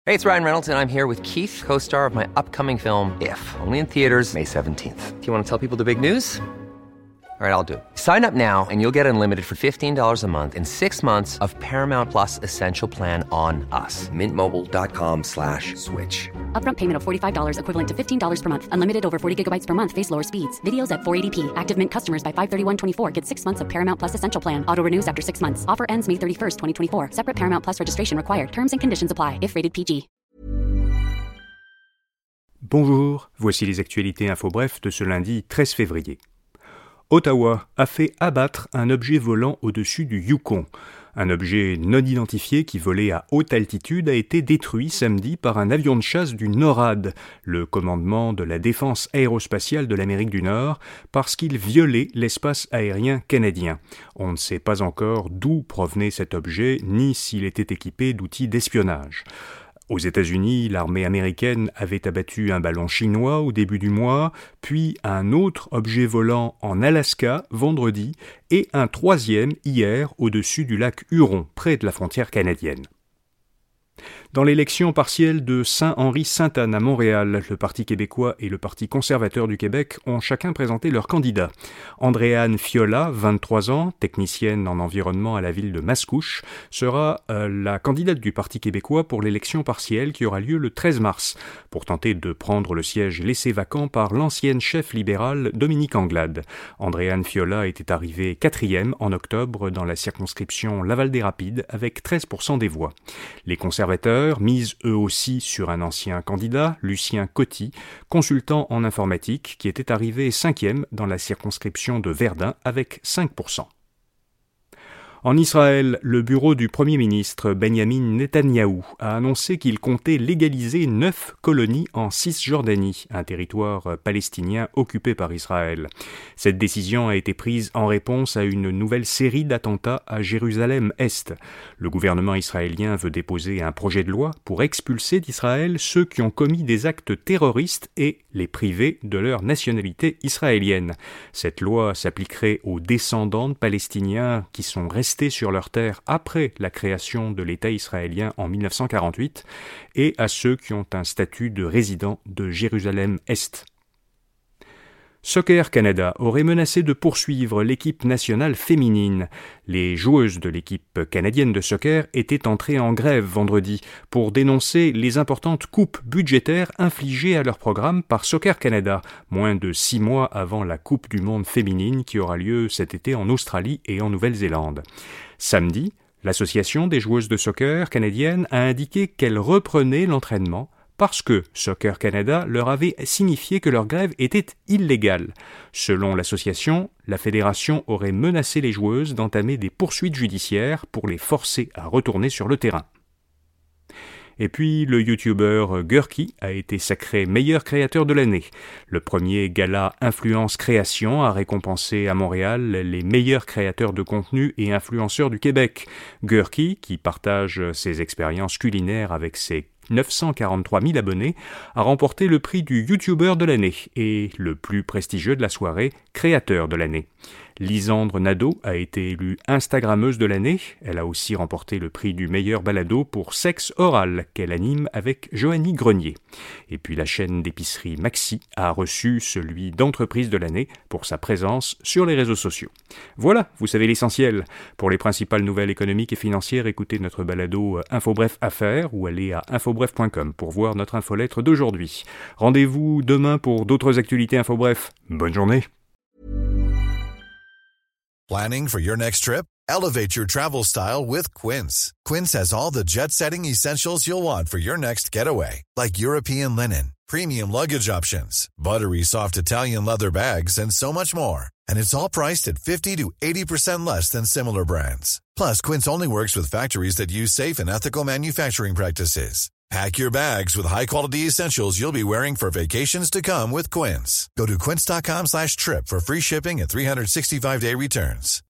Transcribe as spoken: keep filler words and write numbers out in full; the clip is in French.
Hey, it's Ryan Reynolds, and I'm here with Keith, co-star of my upcoming film, If, only in theaters May seventeenth. Do you want to tell people the big news? All right, I'll do it. Sign up now and you'll get unlimited for fifteen dollars a month and six months of Paramount Plus Essential Plan on us. Mint Mobile dot com slash switch. Upfront payment of forty-five dollars equivalent to fifteen dollars per month. Unlimited over forty gigabytes per month. Face lower speeds. Videos at four eighty p. Active Mint customers by five thirty-one twenty-four get six months of Paramount Plus Essential Plan. Auto renews after six months. Offer ends May thirty-first, twenty twenty-four. Separate Paramount Plus registration required. Terms and conditions apply if rated P G. Bonjour, voici les actualités InfoBref de ce lundi treize février. Ottawa a fait abattre un objet volant au-dessus du Yukon. Un objet non identifié qui volait à haute altitude a été détruit samedi par un avion de chasse du NORAD, le commandement de la défense aérospatiale de l'Amérique du Nord, parce qu'il violait l'espace aérien canadien. On ne sait pas encore d'où provenait cet objet, ni s'il était équipé d'outils d'espionnage. Aux États-Unis, l'armée américaine avait abattu un ballon chinois au début du mois, puis un autre objet volant en Alaska vendredi et un troisième hier au-dessus du lac Huron, près de la frontière canadienne. Dans l'élection partielle de Saint-Henri-Sainte-Anne à Montréal, le Parti québécois et le Parti conservateur du Québec ont chacun présenté leurs candidats. Andréane Fiola, vingt-trois ans, technicienne en environnement à la ville de Mascouche, sera euh, la candidate du Parti québécois pour l'élection partielle qui aura lieu le treize mars, pour tenter de prendre le siège laissé vacant par l'ancienne chef libérale Dominique Anglade. Andréane Fiola était arrivée quatrième en octobre dans la circonscription Laval-des-Rapides avec treize pour cent des voix. Les conservateurs misent eux aussi sur un ancien candidat, Lucien Coty, consultant en informatique, qui était arrivé cinquième dans la circonscription de Verdun avec cinq pour cent. En Israël, le bureau du Premier ministre Benjamin Netanyahou a annoncé qu'il comptait légaliser neuf colonies en Cisjordanie, un territoire palestinien occupé par Israël. Cette décision a été prise en réponse à une nouvelle série d'attentats à Jérusalem-Est. Le gouvernement israélien veut déposer un projet de loi pour expulser d'Israël ceux qui ont commis des actes terroristes et les priver de leur nationalité israélienne. Cette loi s'appliquerait aux descendants de Palestiniens qui sont restés sur leur terre après la création de l'État israélien en dix-neuf cent quarante-huit et à ceux qui ont un statut de résident de Jérusalem-Est. Soccer Canada aurait menacé de poursuivre l'équipe nationale féminine. Les joueuses de l'équipe canadienne de soccer étaient entrées en grève vendredi pour dénoncer les importantes coupes budgétaires infligées à leur programme par Soccer Canada, moins de six mois avant la Coupe du monde féminine qui aura lieu cet été en Australie et en Nouvelle-Zélande. Samedi, l'association des joueuses de soccer canadienne a indiqué qu'elle reprenait l'entraînement parce que Soccer Canada leur avait signifié que leur grève était illégale. Selon l'association, la fédération aurait menacé les joueuses d'entamer des poursuites judiciaires pour les forcer à retourner sur le terrain. Et puis, le youtubeur Gurky a été sacré meilleur créateur de l'année. Le premier gala Influence Création a récompensé à Montréal les meilleurs créateurs de contenu et influenceurs du Québec. Gurky, qui partage ses expériences culinaires avec ses neuf cent quarante-trois mille abonnés, a remporté le prix du YouTuber de l'année et le plus prestigieux de la soirée, créateur de l'année. Lisandre Nadeau a été élue Instagrammeuse de l'année. Elle a aussi remporté le prix du meilleur balado pour sexe oral qu'elle anime avec Joanie Grenier. Et puis la chaîne d'épicerie Maxi a reçu celui d'entreprise de l'année pour sa présence sur les réseaux sociaux. Voilà, vous savez l'essentiel. Pour les principales nouvelles économiques et financières, écoutez notre balado InfoBref Affaires ou allez à infobref point com pour voir notre infolettre d'aujourd'hui. Rendez-vous demain pour d'autres actualités InfoBref. Bonne journée. Planning for your next trip? Elevate your travel style with Quince. Quince has all the jet-setting essentials you'll want for your next getaway, like European linen, premium luggage options, buttery soft Italian leather bags, and so much more. And it's all priced at fifty to eighty percent less than similar brands. Plus, Quince only works with factories that use safe and ethical manufacturing practices. Pack your bags with high-quality essentials you'll be wearing for vacations to come with Quince. Go to quince dot com slash trip for free shipping and three sixty-five day returns.